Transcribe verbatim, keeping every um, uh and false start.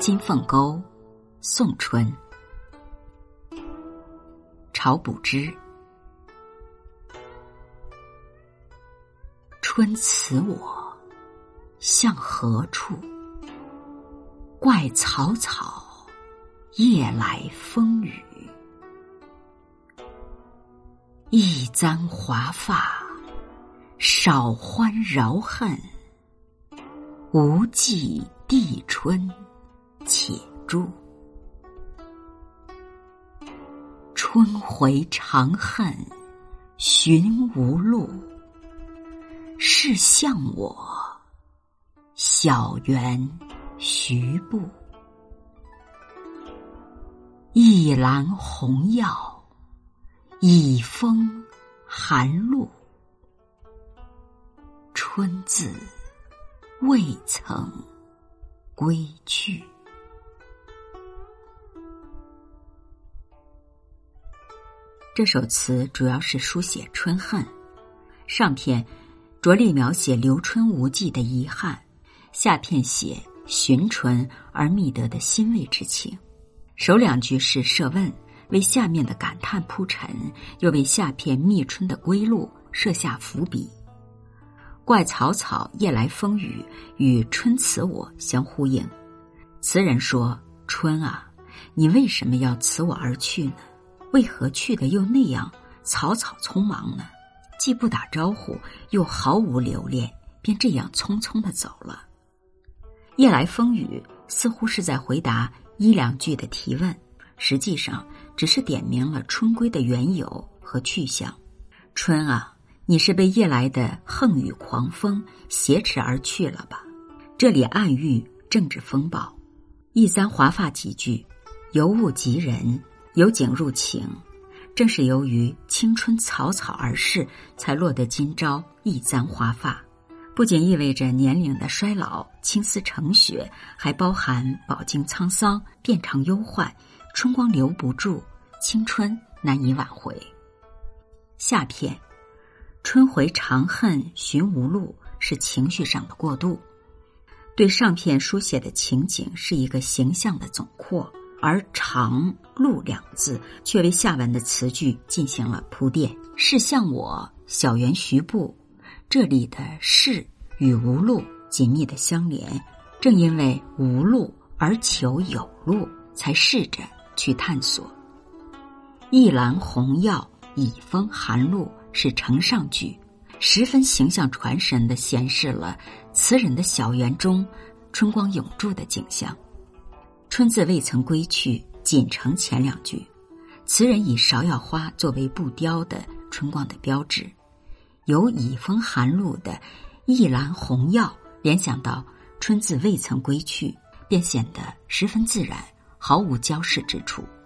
金凤沟，宋春。晁补之。春辞我，向何处？怪草草，夜来风雨。一簪华发，少欢饶恨。无计地春，且住。春回长恨寻无路，是向我小园徐步。一篮红药，已风寒露。春自未曾归去。这首词主要是书写春恨，上片着力描写留春无际的遗憾，下片写寻春而觅得的欣慰之情。首两句是设问，为下面的感叹铺陈，又为下片觅春的归路设下伏笔。怪草草，夜来风雨与春辞我相呼应。词人说：春啊，你为什么要辞我而去呢？为何去的又那样草草匆忙呢？既不打招呼，又毫无留恋，便这样匆匆地走了。夜来风雨似乎是在回答一两句的提问，实际上只是点明了春归的缘由和去向。春啊，你是被夜来的横雨狂风挟持而去了吧？这里暗喻政治风暴。一簪华发几句，由物及人，由景入情，正是由于青春草草而逝，才落得今朝一簪华发。不仅意味着年龄的衰老，青丝成雪，还包含饱经沧桑，变长忧患，春光留不住，青春难以挽回。下片春回长恨寻无路，是情绪上的过渡，对上片书写的情景是一个形象的总括，而长路两字却为下文的词句进行了铺垫。是向我小园徐步，这里的是与无路紧密的相连，正因为无路而求有路，才试着去探索。一篮红药，已风寒露，是承上句，十分形象传神地显示了词人的小园中春光永驻的景象。春自未曾归去，仅承前两句，词人以芍药花作为布雕的春光的标志，由已风寒露的一篮红药联想到春自未曾归去，便显得十分自然，毫无矫饰之处。